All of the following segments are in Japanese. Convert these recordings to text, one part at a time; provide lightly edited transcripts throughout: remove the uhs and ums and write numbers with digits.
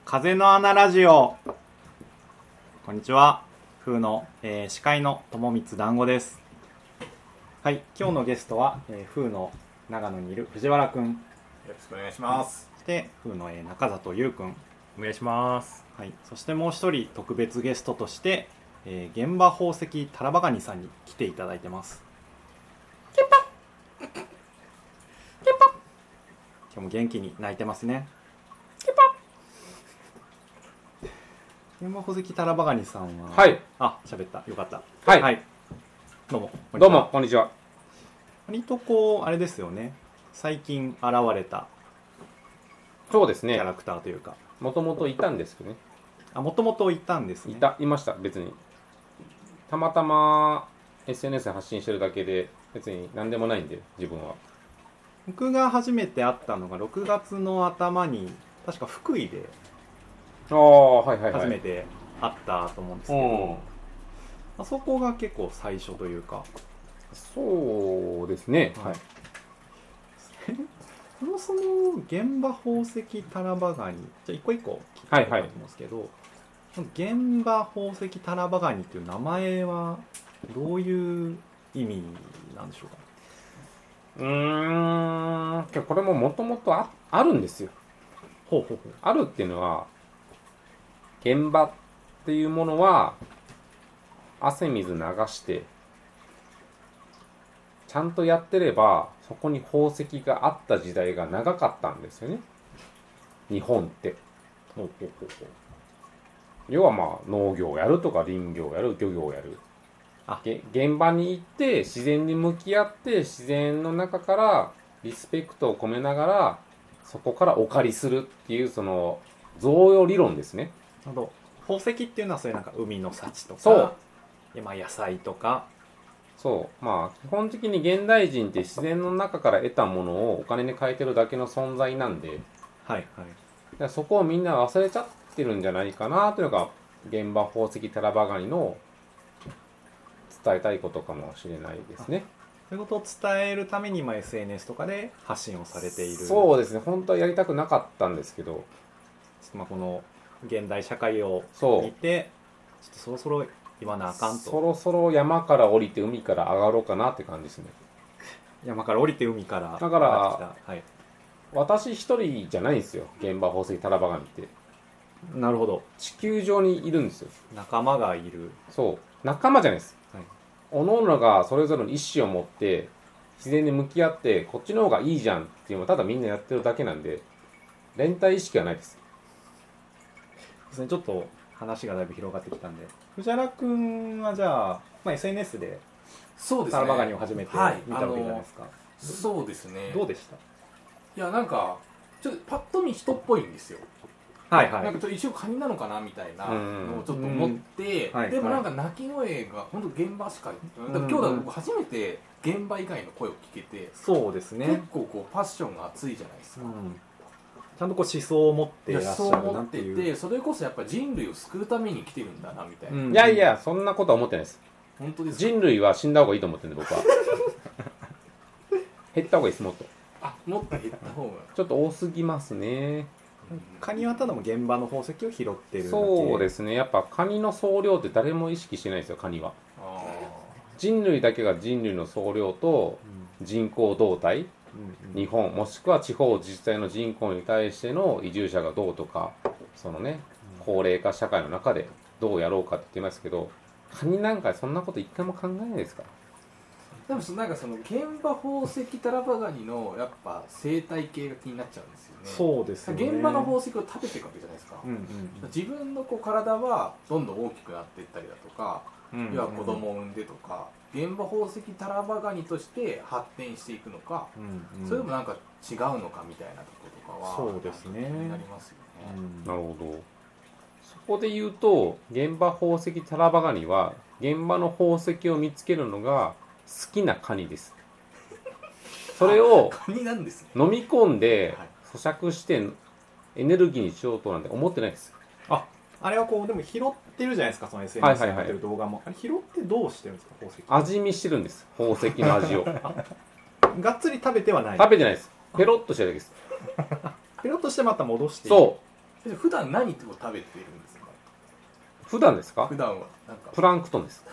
風の穴ラジオ。こんにちは。風の、司会の友光団子です。はい、今日のゲストは、風の長野にいる藤原くん。よろしくお願いします。 そして風の、中里優くん。 お願いします。 はい、そしてもう一人特別ゲストとして、現場宝石タラバガニさんに来ていただいてます。キュッパッキュッパッ。今日も元気に泣いてますね。キュッパッ。現場宝石タラバガニさんは、 はい。 喋った。よかった。 はい。 はい、どうも。 どうも、こんにちは。 割とこう、あれですよね。最近現れた。 そうですね。 キャラクターというか。 もともといたんですけどね。 もともといたんですね。 いました、別に。たまたま SNS で発信してるだけで、別に何でもないんで、自分は。 僕が初めて会ったのが6月の頭に、確か福井で初めて会ったと思うんですけど、そこが結構最初というか。 そうですね。 はい。そもそも現場宝石タラバガニ、じゃあ一個一個聞きたいと思うんですけど、現場宝石タラバガニっていう名前はどういう意味なんでしょうか。 これももともとあるんですよ。 ほうほうほう。 あるっていうのは、現場っていうものは汗水流してちゃんとやってればそこに宝石があった時代が長かったんですよね、日本って。要はまあ農業をやるとか林業をやる、漁業をやる、現場に行って自然に向き合って自然の中からリスペクトを込めながらそこからお借りするっていうその贈与理論ですね。 宝石っていうのはそういうなんか海の幸とか、 そう野菜とか、 そうまあ基本的に現代人って自然の中から得たものをお金に変えてるだけの存在なんで、 はいはい、 そこをみんな忘れちゃってるんじゃないかなというのが現場宝石タラバガニの伝えたいことかもしれないですね。 そういうことを伝えるためにSNS とかで発信をされている。 そうですね。本当はやりたくなかったんですけど、 この現代社会を見て、ちょっとそろそろ言わなあかんと。 そろそろ山から降りて海から上がろうかなって感じですね。 山から降りて海からだから、 はい、 私一人じゃないんですよ、現場宝石タラバガニって。 なるほど。 地球上にいるんですよ。 仲間がいる。 そう仲間じゃないです、 はい、 各々がそれぞれの意思を持って自然に向き合ってこっちの方がいいじゃんっていうのをただみんなやってるだけなんで、連帯意識はないです。 ですね。ちょっと話がだいぶ広がってきたんで、藤原くんはじゃあ、SNS でタラバガニを初めて見たわけじゃないですか。 そうですね。 どうでした？ いや、なんかちょっとパッと見人っぽいんですよ。 はいはい。 なんかちょっと一応カニなのかなみたいなのをちょっと思って、でもなんか鳴き声が本当現場しかり、今日だと僕初めて現場以外の声を聞けて、 そうですね。 結構こうパッションが熱いじゃないですか。 ちゃんとこう思想を持っていらっしゃるなっていう。 て、それこそやっぱ人類を救うために来てるんだなみたいな。 いやいや、そんなことは思ってないです。 本当ですか？ 人類は死んだ方がいいと思ってるんで僕は。減った方がいいです、もっと。 もっと減った方が。 ちょっと多すぎますね。 カニはただも現場の宝石を拾ってるだけ。 そうですね。やっぱカニの総量って誰も意識してないですよ、カニは。人類だけが人類の総量と人口動態、日本もしくは地方自治体の人口に対しての移住者がどうとか、そのね、高齢化社会の中でどうやろうかって言ってますけど、カニなんかそんなこと一回も考えないですから。 でもなんかその現場宝石タラバガニのやっぱ生態系が気になっちゃうんですよね。 そうですね。 現場の宝石を食べていくわけじゃないですか。自分のこう体はどんどん大きくなっていったりだとか、要は子供を産んでとか、現場宝石タラバガニとして発展していくのか、それでもなんか違うのかみたいなところとかはそうですね。 気になりますよね。 なるほど。そこで言うと現場宝石タラバガニは現場の宝石を見つけるのが好きなカニです。それをカニなんですね。 飲み込んで咀嚼してエネルギーにしようとなんて思ってないです。 あれはこうでも拾ってるじゃないですか、その SNS でやってる動画も。あれ拾ってどうしてるんですか、宝石。 味見してるんです、宝石の味を。 がっつり食べてはない。 食べてないです。ペロッとしてるだけです。 ペロッとしてまた戻して。 で普段何を食べているんですか？ 普段ですか？ 普段はなんかプランクトンです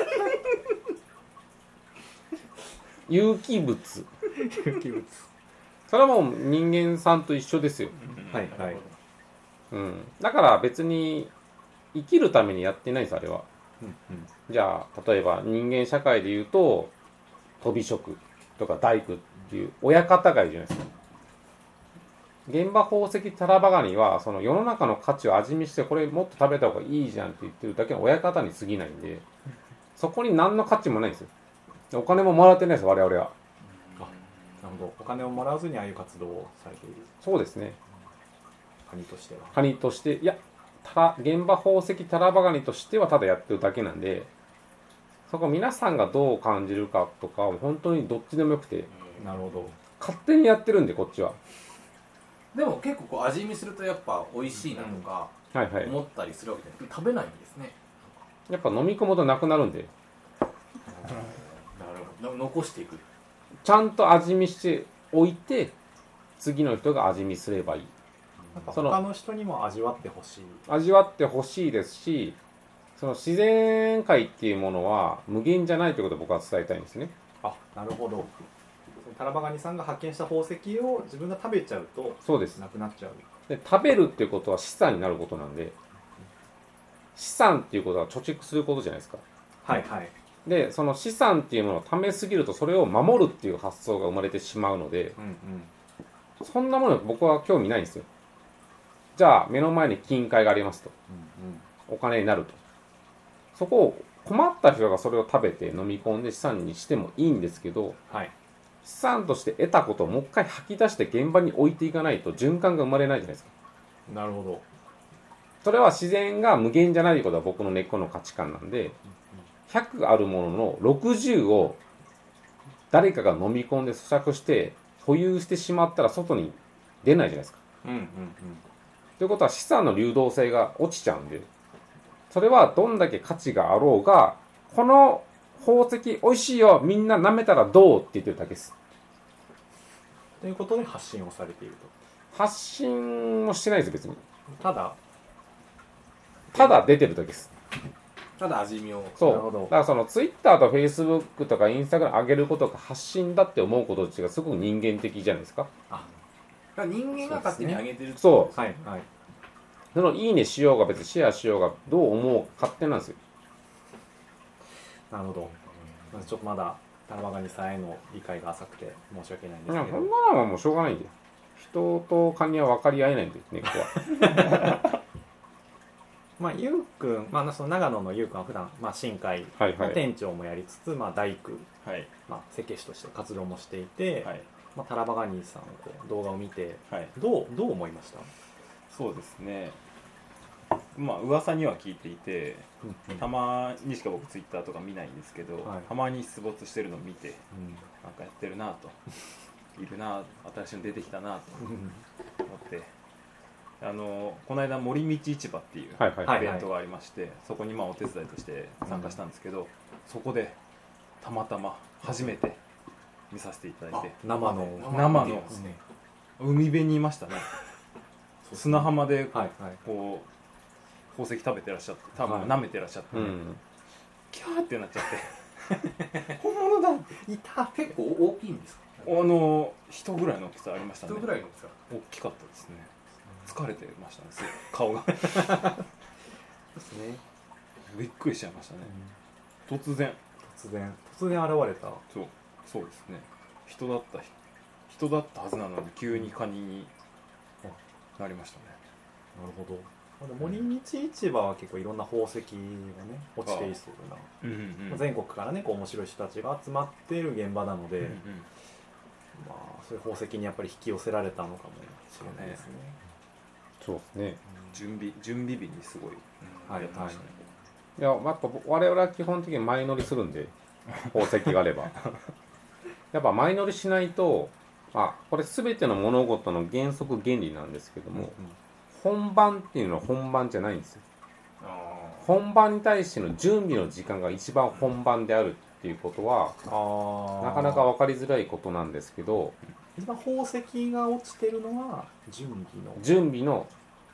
有機物。 有機物。 それはもう人間さんと一緒ですよ。 はいはい。 だから別に生きるためにやってないです、あれは。じゃあ例えば人間社会でいうととび職とか大工っていう親方がいるじゃないですか。現場宝石タラバガニはその世の中の価値を味見してこれもっと食べた方がいいじゃんって言ってるだけの親方に過ぎないんで、そこに何の価値もないんですよ。お金ももらってないです、我々は。 なるほど。お金をもらわずにああいう活動をされている。 そうですね。 カニとしては。 カニとして、いや、現場宝石タラバガニとしてはただやってるだけなんで、そこ皆さんがどう感じるかとか本当にどっちでもよくて、 なるほど。 勝手にやってるんでこっちは。 でも結構こう味見するとやっぱ美味しいなとか思ったりするわけで、食べないんですね。 やっぱ飲み込むとなくなるんで。 なるほど。残していく。 ちゃんと味見しておいて次の人が味見すればいい。 他の人にも味わってほしい。 味わってほしいですし、その自然界っていうものは無限じゃないということを僕は伝えたいんですね。 あ、なるほど。タラバガニさんが発見した宝石を自分が食べちゃうと、 そうです。 なくなっちゃう。 で、食べるっていうことは資産になることなんで、資産っていうことは貯蓄することじゃないですか。 はいはい。 で、その資産っていうものを貯めすぎるとそれを守るっていう発想が生まれてしまうので、そんなもの僕は興味ないんですよ。じゃあ目の前に金塊がありますと、お金になると、そこを困った人がそれを食べて飲み込んで資産にしてもいいんですけど、 はい、 資産として得たことをもう一回吐き出して現場に置いていかないと循環が生まれないじゃないですか。 なるほど。 それは自然が無限じゃないことは僕の根っこの価値観なんで、100あるものの60を誰かが飲み込んで咀嚼して保有してしまったら外に出ないじゃないですか。ということは資産の流動性が落ちちゃうんで、それはどんだけ価値があろうが、この宝石美味しいよ、みんな舐めたらどうって言ってるだけです。 ということで発信をされていると。 発信もしてないです、別に。 ただ出てるだけです。 ただ味見を。 そう。だからそのツイッターとフェイスブックとかインスタグラム上げることが発信だって思うことがすごく人間的じゃないですか。 人間が勝手に上げてるってそう。 はいはい。 そのいいねしようが別にシェアしようがどう思う勝手なんですよ。 なるほど。ちょっとまだタラバガニさんへの理解が浅くて申し訳ないんですけど。 そんなのはもうしょうがないんで。人とカニは分かり合えないんで、根っこは。 まあ、ゆうくん、まあ、その長野のゆうくんは普段、まあ、深海の店長もやりつつ、まあ、大工、まあ、設計士として活動もしていて、まあ、タラバガニさんのこう動画を見て、どう思いました？ そうですね、まあ噂には聞いていて、たまにしか僕ツイッターとか見ないんですけど、たまに出没してるのを見て、なんかやってるなといるな、新しいの出てきたなと思ってこの間森道市場っていうイベントがありまして、そこにまあお手伝いとして参加したんですけど、そこでたまたま初めて見させていただいて、 生の海辺にいましたね。砂浜でこう宝石食べてらっしゃって、多分舐めてらっしゃって、キャーってなっちゃって本物だいた。結構大きいんですか？ 人ぐらいの大きさありましたね。 人ぐらいの大きさ。 大きかったですね。疲れてましたね、顔がですね。 びっくりしちゃいましたね。突然現れた。 そうですね。人だったはずなのに急にカニになりましたね。 なるほど。森道市場は結構いろんな宝石がね落ちていそうな、全国からねこう面白い人たちが集まっている現場なので、まあそういう宝石にやっぱり引き寄せられたのかもしれないですね。 そうですね。 準備日にすごいやってましたね。 いや、やっぱ我々は基本的に前乗りするんで、宝石があればやっぱ前乗りしないと、これ全ての物事の原則原理なんですけども、本番っていうのは本番じゃないんですよ。本番に対しての準備の時間が一番本番であるっていうことはなかなか分かりづらいことなんですけど、 一番宝石が落ちてるのは準備の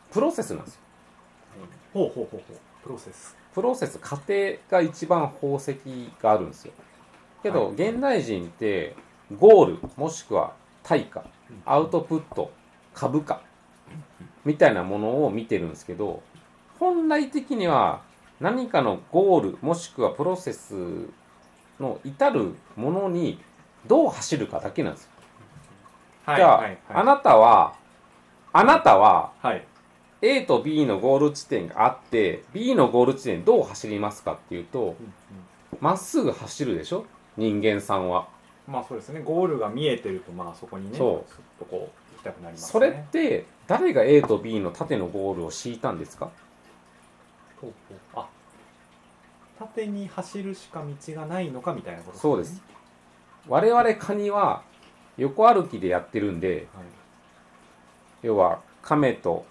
プロセスなんですよ。 ほうプロセス過程が一番宝石があるんですよ。けど、現代人ってゴールもしくは対価、アウトプット、株価みたいなものを見てるんですけど、本来的には何かのゴールもしくはプロセスの至るものにどう走るかだけなんですよ。じゃあ、あなたは、A と B のゴール地点があって、B のゴール地点どう走りますかっていうと、まっすぐ走るでしょ、人間さんは。 まあそうですね、ゴールが見えてると、まあそこにね、 そうすっとこう行きたくなりますね。 それって誰が A と B の縦のゴールを敷いたんですか？ あ、縦に走るしか道がないのかみたいなことですね。 そうです。我々カニは横歩きでやってるんで、要は亀と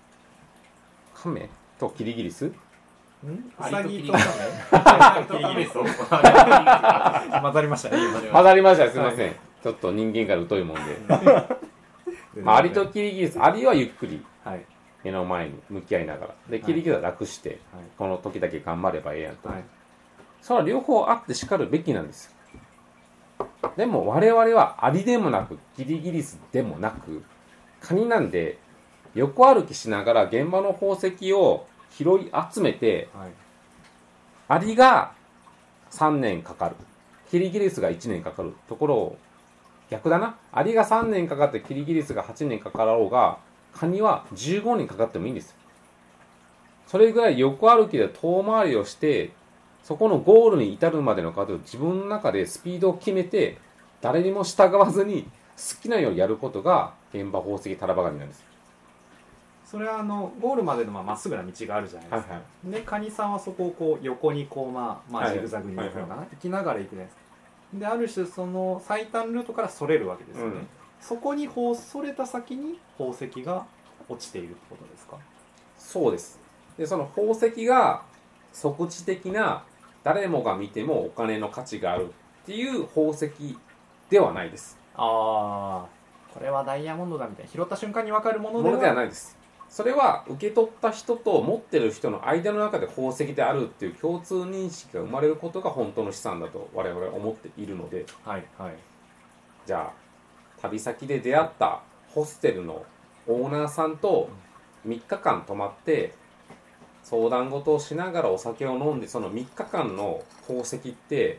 キリギリス？ ウサギとキリギリスと混ざりましたね。 混ざりました。すみません。ちょっと人間から疎いもんで。アリとキリギリス、アリはゆっくり目の前に向き合いながら、でキリギリスは楽して、この時だけ頑張ればええやんと。それは両方あってしかるべきなんですよ。でも我々はアリでもなくキリギリスでもなくカニなんで、横歩きしながら現場の宝石を拾い集めて、アリが3年かかる、キリギリスが1年かかるところを逆だな、アリが3年かかってキリギリスが8年かかろうが、カニは15年かかってもいいんですよ。それぐらい横歩きで遠回りをして、そこのゴールに至るまでの過程を自分の中でスピードを決めて、誰にも従わずに好きなようにやることが現場宝石タラバガニなんです。 それはゴールまでのまっすぐな道があるじゃないですか。でカニさんはそこをこう横にこうジグザグに行くのかな、行きながら行くじゃないですか。である種その最短ルートからそれるわけですよね。そこにそれた先に宝石が落ちているってことですか？ そうです。でその宝石が即地的な誰もが見てもお金の価値があるっていう宝石ではないです。 これはダイヤモンドだみたいな拾った瞬間に分かるものではないです。それは受け取った人と持ってる人の間の中で宝石であるっていう共通認識が生まれることが本当の資産だと我々は思っているので、じゃあ旅先で出会ったホステルのオーナーさんと3日間泊まって相談事をしながらお酒を飲んで、その3日間の宝石って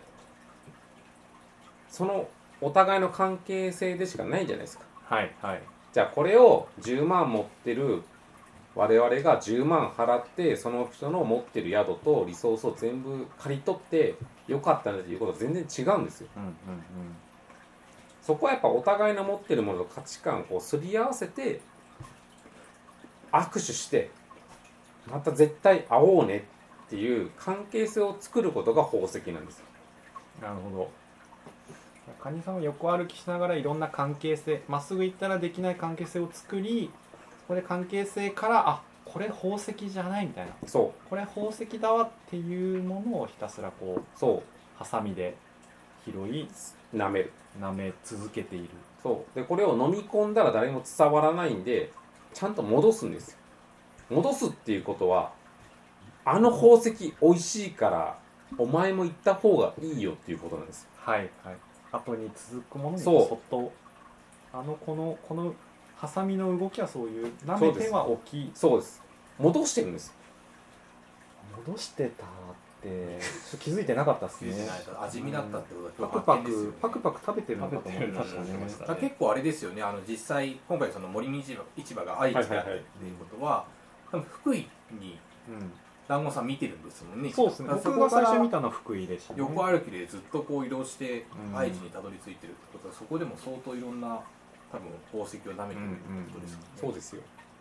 そのお互いの関係性でしかないじゃないですか。じゃあこれを10万持ってる我々が10万払ってその人の持ってる宿とリソースを全部借り取ってよかったねということは全然違うんですよ。そこはやっぱお互いの持ってるものと価値観をすり合わせて握手してまた絶対会おうねっていう関係性を作ることが宝石なんですよ。 なるほど。カニさんは横歩きしながらいろんな関係性、まっすぐ行ったらできない関係性を作り、そこで関係性からこれ宝石じゃないみたいな、これ宝石だわっていうものをひたすらこうハサミで拾い舐め続けている。 でこれを飲み込んだら誰も伝わらないんでちゃんと戻すんですよ。戻すっていうことはあの宝石美味しいからお前も行った方がいいよっていうことなんです。 後に続くものにそっとこのハサミの動きはそういう舐めては置き、 そうです。戻してるんです。 戻してたって気づいてなかったですね。 味見だったってことはパクパク食べてるのかと思ってましたね。 結構あれですよね。実際今回その森見市場が愛知だっていうことは、多分福井に団子さん見てるんですもんね。 そうですね。僕が最初見たのは福井でしたね。 横歩きでずっとこう移動して愛知にたどり着いてるってことは、そこでも相当いろんな多分宝石を舐めてるってことですよね。 そうですよ。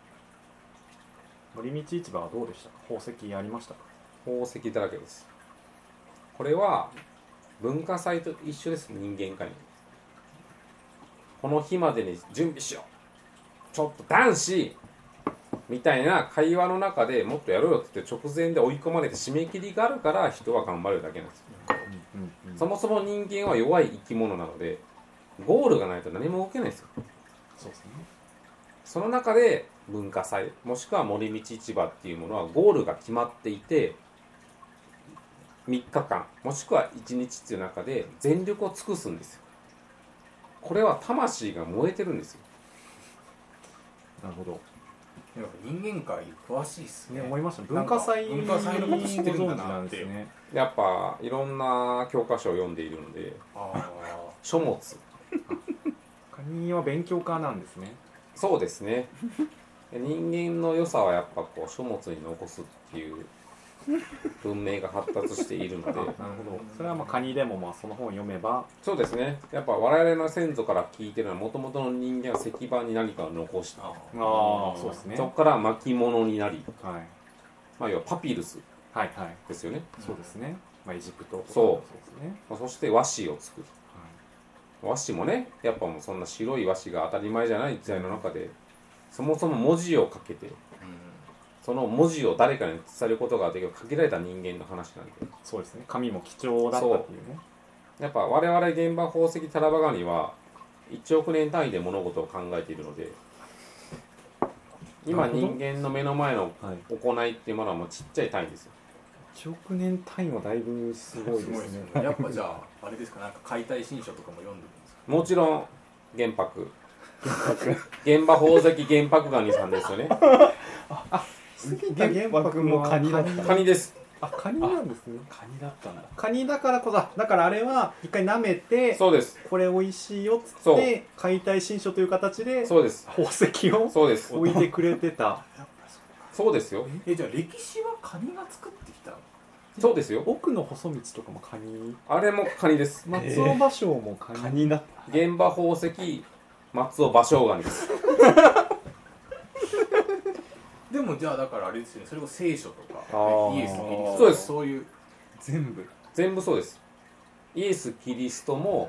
森道市場はどうでしたか？宝石ありましたか？ 宝石だらけです。これは文化祭と一緒です。人間界にこの日までに準備しよう、ちょっと男子みたいな会話の中でもっとやろうよって直前で追い込まれて締め切りがあるから人は頑張るだけなんですよ。そもそも人間は弱い生き物なのでゴールがないと何も動けないんですよ。 そうですね。 その中で文化祭もしくは森道市場っていうものはゴールが決まっていて、3日間もしくは1日っていう中で全力を尽くすんですよ。これは魂が燃えてるんですよ。 なるほど。 やっぱ人間界詳しいっすね。 思いました。文化祭のこと知ってるんだなってご存知なんですね。 やっぱいろんな教科書を読んでいるので、書物。 カニは勉強家なんですね。 そうですね。人間の良さはやっぱこう書物に残すっていう文明が発達しているので。なるほど。 それはまあカニでもまあその本を読めば。 そうですね。やっぱ我々の先祖から聞いてるのはもともとの人間は石板に何かを残した。 そうですね。 そこから巻物になり、 はい。 まあ要はパピルスですよね。 そうですね。まあエジプト。 そうですね。そして和紙を作る。和紙もね、やっぱもうそんな白い和紙が当たり前じゃない時代の中で、そもそも文字を書けて、その文字を誰かに伝えることができる限られた人間の話なんで。 そうですね。紙も貴重だったっていうね。 やっぱ我々現場宝石タラバガニは1億年単位で物事を考えているので、今人間の目の前の行いっていうものはもうちっちゃい単位ですよ。 1億年単位はだいぶすごいですね。 やっぱじゃああれですか、なんか解体新書とかも読んでるんですか。 もちろん原白現場宝石原白ガニさんですよね。 杉田玄白もカニだった。 カニです。 カニなんですね。 カニだったんだ。 カニだからこそ、だからあれは一回舐めて、 そうです。 これ美味しいよっつって解体新書という形で、 そうです。 宝石を置いてくれてた。 そうですよ。 じゃあ歴史はカニが作ってきたの。 そうですよ。 奥の細道とかもカニ。 あれもカニです。 松尾芭蕉もカニだった。 現場宝石松尾芭蕉ガニです。 でもじゃあだからあれですよね、それこそ聖書とかイエス・キリスト、 そうです。 そういう全部そうです。イエス・キリストも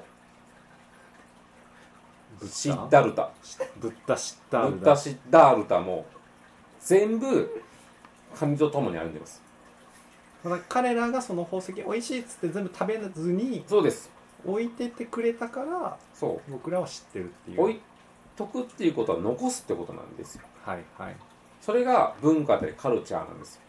シッダルタ、 ブッダシッダールタも全部カニと共に歩んでます。 彼らがその宝石美味しいっつって全部食べずに、 そうです。 置いててくれたから、 そう僕らは知ってるっていう。 置いとくっていうことは残すってことなんですよ。 はいはい。 それが文化でカルチャーなんですよ。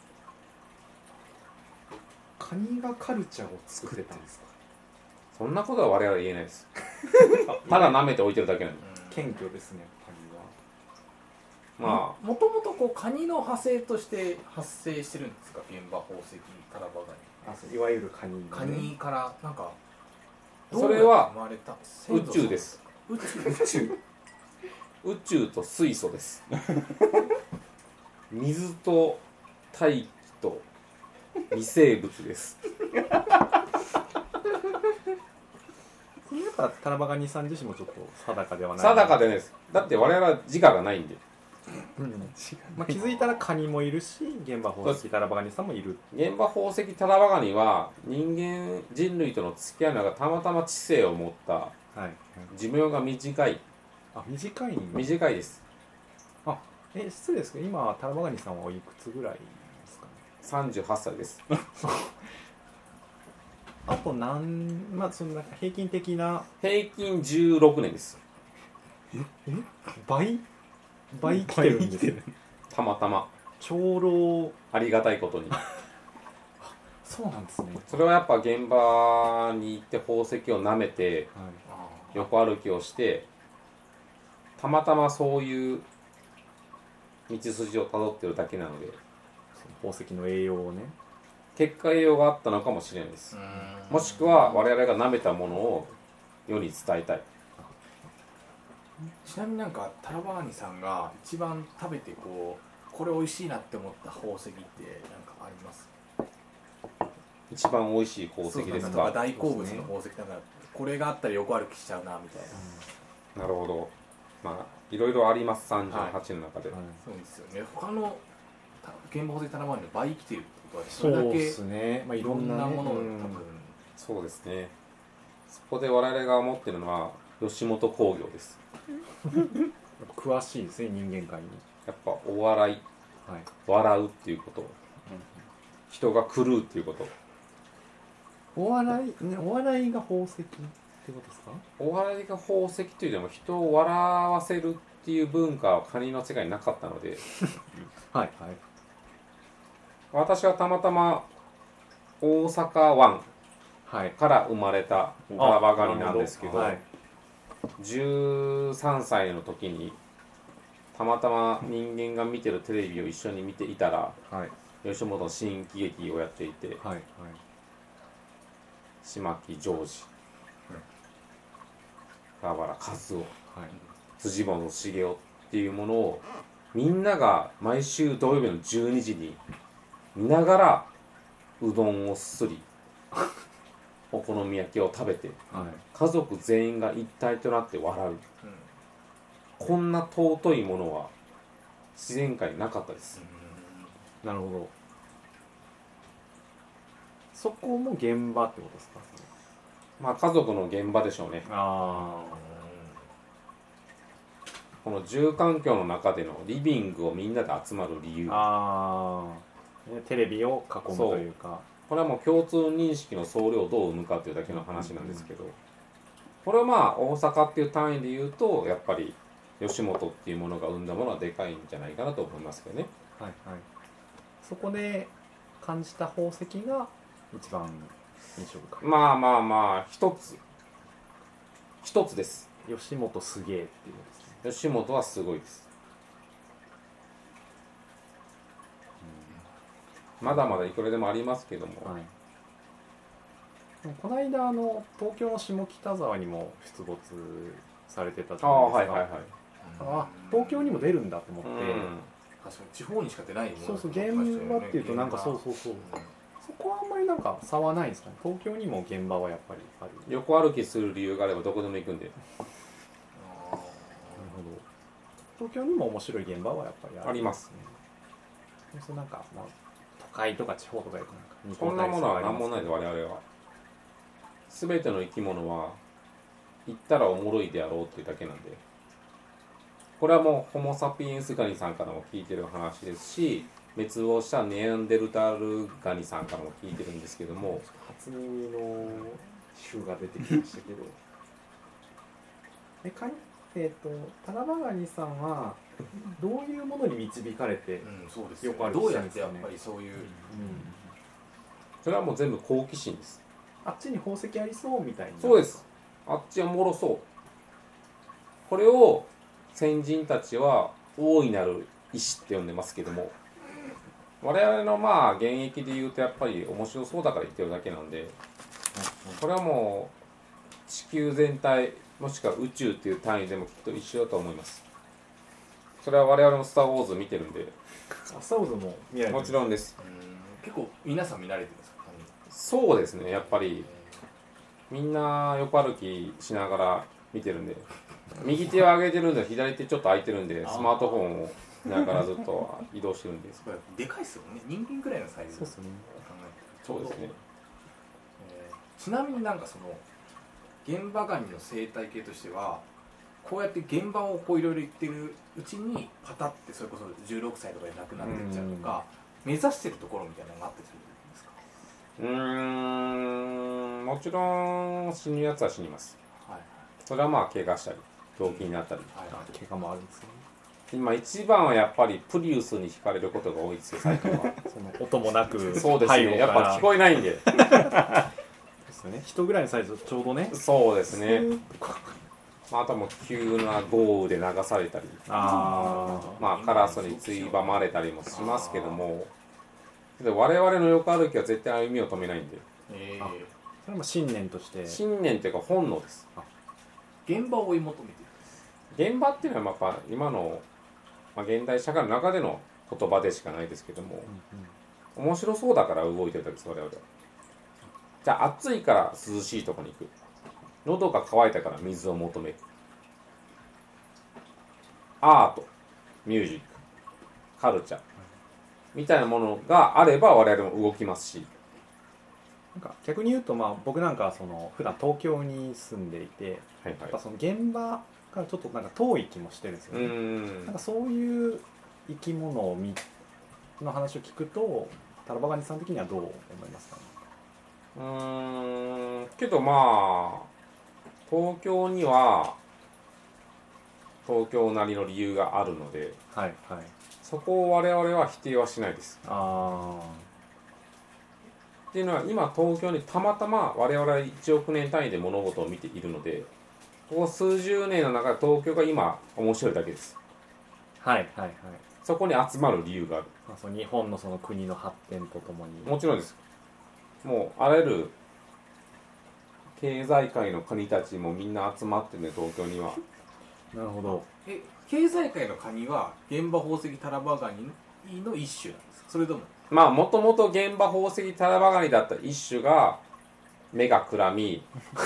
カニがカルチャーを作ってたんですか。 そんなことは我々は言えないです。ただ舐めて置いてるだけなんで。 謙虚ですね、カニは。まあ、もともとこうカニの派生として発生してるんですか、現場宝石タラバガニ。いわゆるカニ、ね。 カニからなんかそれは生まれた宇宙です。宇宙と水素です。水と大気と微生物です。 それやっぱタラバガニさん自身もちょっと定かではない。 定かでないです。だって我々は自我がないんで。 まあ、気づいたらカニもいるし、現場宝石タラバガニさんもいる。 現場宝石タラバガニは人類との付き合いの中たまたま知性を持った、寿命が短い。 短いんだ。 短いです。 失礼ですけど、今タラバガニさんはおいくつぐらいですかね。 38歳です。 あとまあその平均的な。 平均16年です。 倍来てるんですね。 たまたま。 長老。 ありがたいことに。 そうなんですね。 それはやっぱ現場に行って宝石を舐めて、横歩きをして、たまたまそういう道筋をたどってるだけなので、 宝石の栄養をね、 結果栄養があったのかもしれないです。もしくは我々が舐めたものを世に伝えたい。 ちなみになんかタラバガニさんが一番食べてこれ美味しいなって思った宝石ってなんかあります？ 一番美味しい宝石ですか？ 大好物の宝石だからこれがあったら横歩きしちゃうなみたいな。 なるほど。まあいろいろあります。38の中で。 そうですよね。他の現場宝石タラバガニの倍生きてるってことはそれだけですね。まあいろんなものを多分。 そうですね。そこで我々が思ってるのは吉本興業です。 詳しいですね、人間界に。 やっぱお笑い、笑うっていうこと、人が狂うっていうこと。 お笑いが宝石ってことですか？ お笑いが宝石というよりも人を笑わせるっっていう文化はカニの世界になかったのではいはい。 私はたまたま大阪湾はい。 から生まれたタラバガニなんですけど、 はい。 13歳の時にたまたま人間が見てるテレビを一緒に見ていたらはい吉本新喜劇をやっていてはい島木ジョージ、川原和夫、 はい辻本茂雄っていうものをみんなが毎週土曜日の12時に見ながらうどんをすりお好み焼きを食べてはい。 家族全員が一体となって笑う、こんな尊いものは自然界になかったです。 なるほど。そこも現場ってことですか？ まあ家族の現場でしょうね。 あこの住環境の中でのリビングをみんなで集まる理由、 ああ、テレビを囲むというか。 これはもう共通認識の総量をどう生むかというだけの話なんですけど、これはまあ大阪っていう単位で言うとやっぱり吉本っていうものが生んだものはでかいんじゃないかなと思いますけどね。 はいはい。そこで感じた宝石が一番印象深い。 まあまあまあ一つです。 吉本すげえっていうことですね。 吉本はすごいです。まだまだいくらでもありますけども、 はい、でもこの間東京の下北沢にも出没されてたじゃないですか。 はいはいはい。 あ、東京にも出るんだと思って、 確かに地方にしか出ないものそうそう、現場っていうとなんかそうそうそう、そこはあんまりなんか差はないんですかね。東京にも現場はやっぱりある。 横歩きする理由があればどこでも行くんで。 なるほど。東京にも面白い現場はやっぱりありますね。そうなんか、まあ、都会とか地方とかよくなんかそんなものは何もないで我々は。全ての生き物は行ったらおもろいであろうというだけなんで。これはもうホモ・サピエンスガニさんからも聞いてる話ですし、滅亡したネアンデルタールガニさんからも聞いてるんですけども、 初耳の種が出てきましたけどタラバガニさんはどういうものに導かれて、 そうですよくあるどうやってやっぱりそういう、 それはもう全部好奇心です。 あっちに宝石ありそうみたいな。 そうです。あっちはおもろそう。これを先人たちは大いなる石って呼んでますけども、我々のまあ現役で言うとやっぱり面白そうだから言ってるだけなんで、これはもう地球全体もしくは宇宙っていう単位でもきっと一緒だと思います。それは我々もスター・ウォーズ見てるんで。 スター・ウォーズも見られてる？ もちろんです。 結構皆さん見られてるんですか？ そうですね、やっぱりみんな横歩きしながら見てるんで、右手を上げてるんで左手ちょっと空いてるんでスマートフォンを見ながらずっと移動してるんです。 でかいですよね、人間くらいのサイズ。 そうですね。 そうですね。 ちなみになんかその現場ガニの生態系としては、こうやって現場をこういろいろ言ってるうちにパタってそれこそ16歳とかで亡くなっていっちゃうとか、目指してるところみたいなのがあったりするんですか？ もちろん死ぬやつは死にます。 はい、 それはまあ怪我したり病気になったり、 怪我もあるんですね。 今一番はやっぱりプリウスに惹かれることが多いですよ最近は。 その音もなくそうですね、やっぱ聞こえないんで。 ですね、人ぐらいのサイズちょうどね。 そうですね。あとはもう急な豪雨で流されたり、まあカラスについばまれたりもしますけども、で我々の横歩きは絶対歩みを止めないんで。 それも信念として。 信念というか本能です。 現場を追い求めてる。現場っていうのはやっぱ今の、現代社会の中での言葉でしかないですけども、面白そうだから動いてるだけです我々は。じゃあ暑いから涼しいところに行く。喉が渇いたから水を求める。アート、ミュージック、カルチャーみたいなものがあれば我々も動きますし、 なんか逆に言うと、僕なんかは普段東京に住んでいて、やっぱその現場からちょっとなんか遠い気もしてるんですよね。なんかそういう生き物の話を聞くと、タラバガニさん的にはどう思いますかね？ けどまあ東京には東京なりの理由があるので、 はいはい、 そこを我々は否定はしないです。っていうのは今東京にたまたま我々は1億年単位で物事を見ているので、ここ数十年の中で東京が今面白いだけです。 はいはいはい。 そこに集まる理由がある。 その日本のその国の発展とともに。 もちろんです。もうあらゆる経済界のカニたちもみんな集まってね、東京には。 なるほど。 経済界のカニは現場宝石タラバガニの一種なんですか？それともまあもともと現場宝石タラバガニだった一種が目がくらみ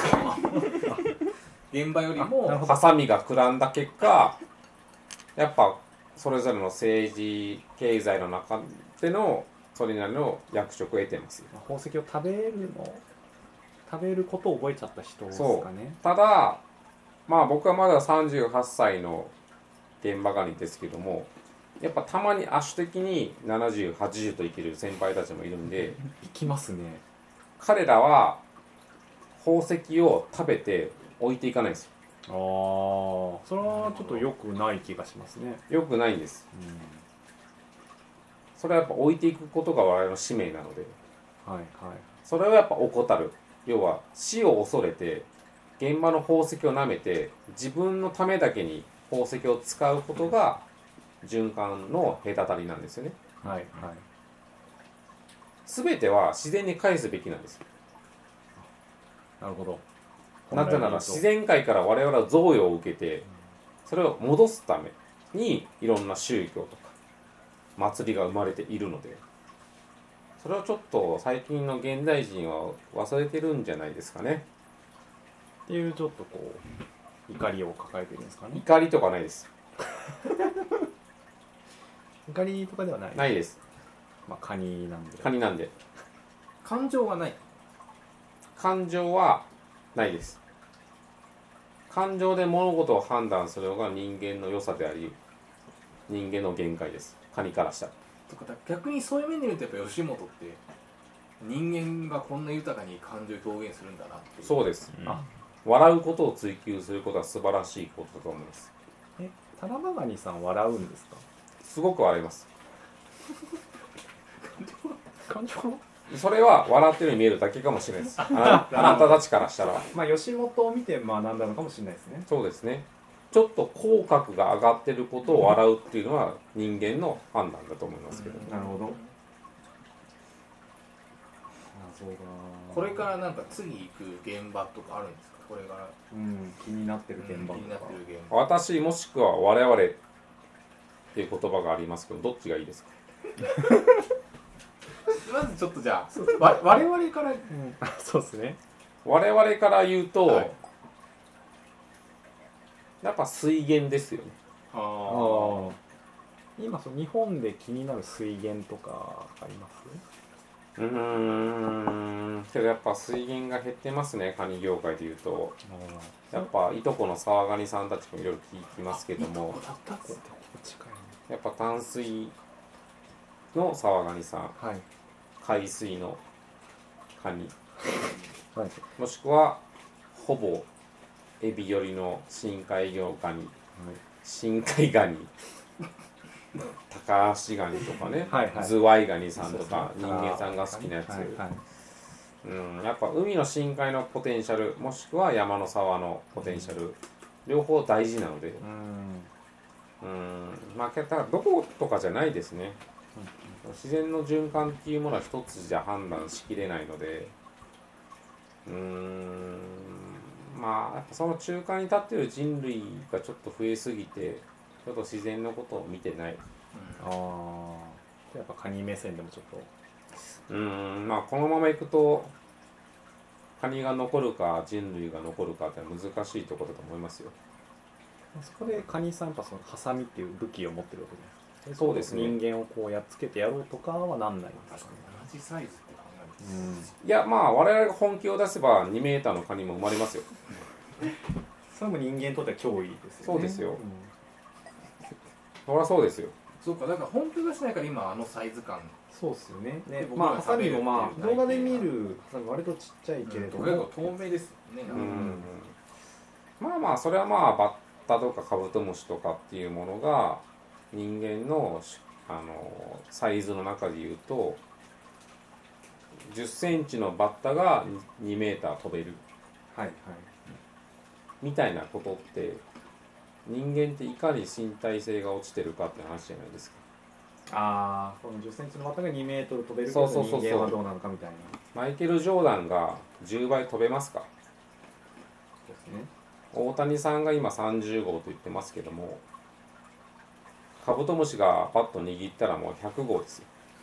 現場よりもハサミがくらんだ結果、やっぱそれぞれの政治経済の中でのそれなりの役職を得てます。 宝石を食べることを覚えちゃった人ですかね。 ただまあ僕はまだ38歳の現場ガニですけども、やっぱたまに亜種的に70、80と生きる先輩たちもいるんで、 生きますね。 彼らは宝石を食べて置いていかないんですよ。 それはちょっと良くない気がしますね。 良くないんです、それはやっぱ置いていくことが我々の使命なので、 はいはい、 それをやっぱ怠る、要は死を恐れて現場の宝石を舐めて自分のためだけに宝石を使うことが循環の隔たりなんですよね。 はいはい。 全ては自然に返すべきなんです。 なるほど。 なぜなら自然界から我々は贈与を受けて、それを戻すためにいろんな宗教とか祭りが生まれているので、それをちょっと最近の現代人は忘れてるんじゃないですかね。 っていうちょっとこう怒りを抱えてるんですかね。 怒りとかないです。 怒りとかではない。 ないです。 まあカニなんで。 カニなんで。 感情はない。 感情はないです。感情で物事を判断するのが人間の良さであり、人間の限界です。カニからしたら。 逆にそういう面で見るとやっぱ吉本って人間がこんな豊かに感情を表現するんだなっていう。 そうです、笑うことを追求することは素晴らしいことだと思います。 タラバガニさん笑うんですか？ すごく笑います。 感情それは笑ってるように見えるだけかもしれないです。あなたたちからしたら。 まあ吉本を見て学んだのかもしれないですね。 そうですね。ちょっと口角が上がってることを笑うっていうのは人間の判断だと思いますけど、 なるほど。 これからなんか次行く現場とかあるんですか？これから気になってる現場とか、 私もしくは我々っていう言葉がありますけど、どっちがいいですか？ まずちょっとじゃあ我々から、 そうですね、 我々から言うと、 はい、 やっぱ水源ですよね。 今その日本で気になる水源とかあります？ けどやっぱ水源が減ってますね、カニ業界でいうと。やっぱいとこの沢ガニさんたちもいろいろ聞きますけども、やっぱ淡水の沢ガニさん、はい、海水のカニ、はい、もしくはほぼエビ寄りの深海魚ガニ、はい、深海ガニ高橋ガニとかね、はいはい、ズワイガニさんとか、人間さんが好きなやつ、はいはい、やっぱ海の深海のポテンシャル、もしくは山の沢のポテンシャル、両方大事なので、まあ、ただどことかじゃないですね。自然の循環っていうものは一つじゃ判断しきれないので、まあやっぱその中間に立っている人類がちょっと増えすぎて、ちょっと自然のことを見てない。 やっぱカニ目線でもちょっとまあこのままいくとカニが残るか人類が残るかって難しいところだと思いますよ。 そこでカニさんやっぱそのハサミっていう武器を持ってるわけです。 そうですね。 人間をこうやっつけてやろうとかはなんないんですかね。 同じサイズって考える。 いやまあ我々が本気を出せば2メーターのカニも生まれますよ。 それも人間にとっては脅威ですよね。 そうですよ。そりゃそうですよ。 そうか、だから本気がしないから今サイズ感。 そうですよね。まあハサミもまあ動画で見るハサミ割とちっちゃいけれども、 結構透明ですよね。 まあまあそれはまあタとかカブトムシとかっていうものが人間のサイズの中でいうと10センチのバッタが2メーター飛べる、 はいはい、 みたいなことって人間っていかに身体性が落ちてるかって話じゃないですか。 ああ、この10センチのバッタが2メートル飛べるけど人間はどうなのかみたいな。 マイケル・ジョーダンが10倍飛べますか。 ですね。 大谷さんが今30号と言ってますけども、カブトムシがバット握ったらもう100号ですよ。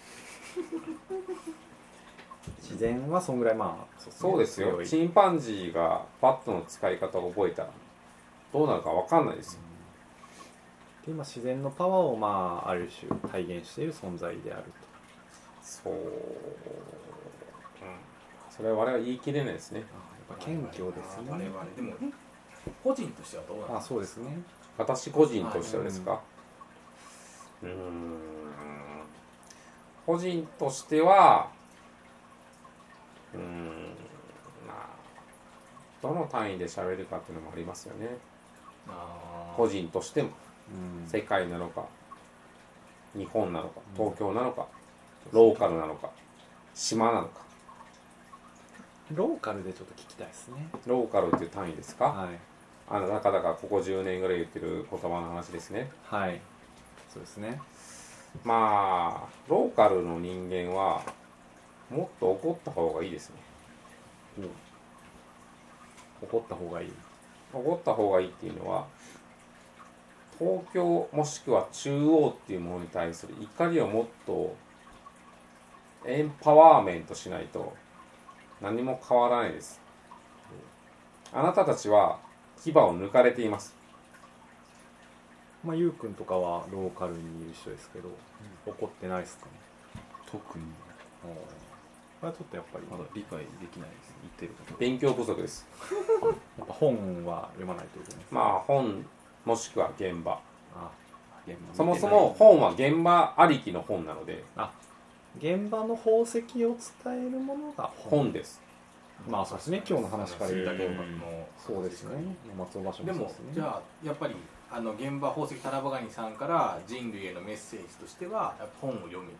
自然はそんぐらい、まあそうですよ。チンパンジーがバットの使い方を覚えたらどうなるか分かんないですよ。 で今自然のパワーをまあある種体現している存在であると。 そう、それは我々言い切れないですね。やっぱ謙虚ですね。 我々でも個人としてはどうなんですか。 そうですね。 私個人としてはですか。個人としてはどの単位で喋るかっていうのもありますよね。個人としても、世界なのか日本なのか東京なのか、ローカルなのか島なのか。 ローカルでちょっと聞きたいですね。 ローカルっていう単位ですか。 はい。 だからここ10年ぐらい言ってる言葉の話ですね。 はい。そうですね。 まあローカルの人間はもっと怒った方がいいですね。 怒った方がいい。 怒った方がいいっていうのは、東京もしくは中央っていうものに対する怒りをもっとエンパワーメントしないと何も変わらないです。あなたたちは牙を抜かれています。 まあゆうくんとかはローカルにいる人ですけど、怒ってないですかね。 特にこれはちょっとやっぱりまだ理解できないです。言ってること勉強不足です。 やっぱ本は読まないといけないです。 まあ本もしくは現場。 現場そもそも本は現場ありきの本なので、 現場の宝石を伝えるものが本です。 まあそうですね。今日の話から言うとそうですね。松尾芭蕉でもじゃあやっぱり現場宝石タラバガニさんから人類へのメッセージとしては本を読め。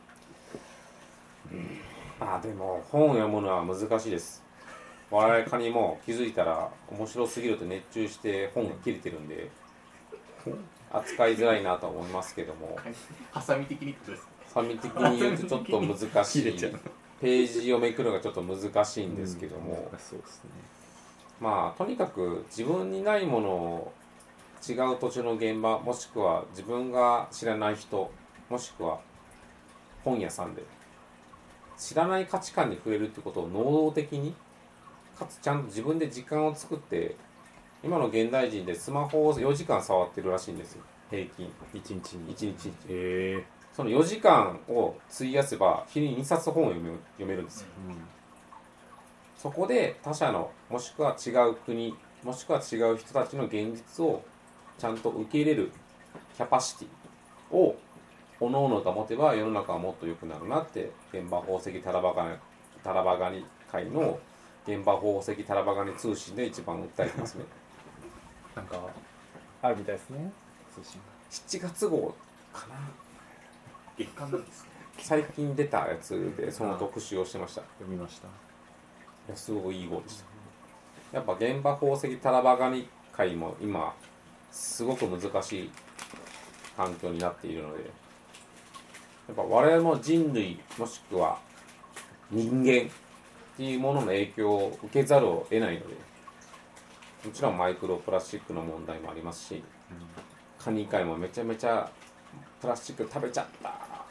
でも本を読むのは難しいです。我々カニも気づいたら面白すぎると熱中して本が切れてるんで扱いづらいなとは思いますけども、 ハサミ的にってことですか。 ハサミ的に言うとちょっと難しいページをめくるのがちょっと難しいんですけども、 そうですね。 まあとにかく自分にないものを違う土地の現場、もしくは自分が知らない人、もしくは本屋さんで知らない価値観に触れるってことを能動的にかつちゃんと自分で時間を作って、今の現代人でスマホを4時間触ってるらしいんですよ、平均 1日に。 1日に。その4時間を費やせば日に2冊本を読めるんですよ、そこで他者のもしくは違う国もしくは違う人たちの現実をちゃんと受け入れるキャパシティを各々が持てば世の中はもっと良くなるなって、現場宝石タラバガニ会の現場宝石タラバガニ通信で一番訴えてますね。 なんかあるみたいですね、通信 7月号かな、 月刊なんですか。 最近出たやつでその特集をしてました。 読みました。 いやすごいいい号でした。やっぱ現場宝石タラバガニ会も今すごく難しい環境になっているので、やっぱ我々も人類もしくは人間っていうものの影響を受けざるを得ないので、もちろんマイクロプラスチックの問題もありますし、カニ界もめちゃめちゃプラスチック食べちゃった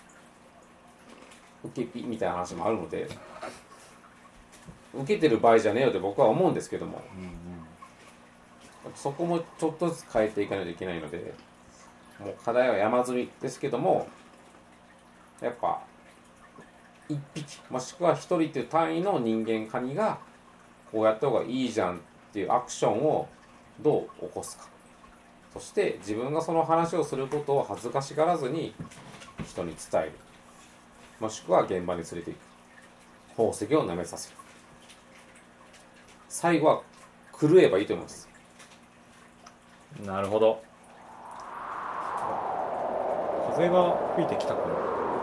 ウケピみたいな話もあるので、受けてる場合じゃねえよって僕は思うんですけども、そこもちょっとずつ変えていかないといけないので、もう課題は山積みですけども、やっぱ1匹もしくは1人という単位の人間カニがこうやった方がいいじゃんっていうアクションをどう起こすか、そして自分がその話をすることを恥ずかしがらずに人に伝える、もしくは現場に連れていく、宝石を舐めさせる、最後は狂えばいいと思います。 なるほど。風が吹いてきたかな。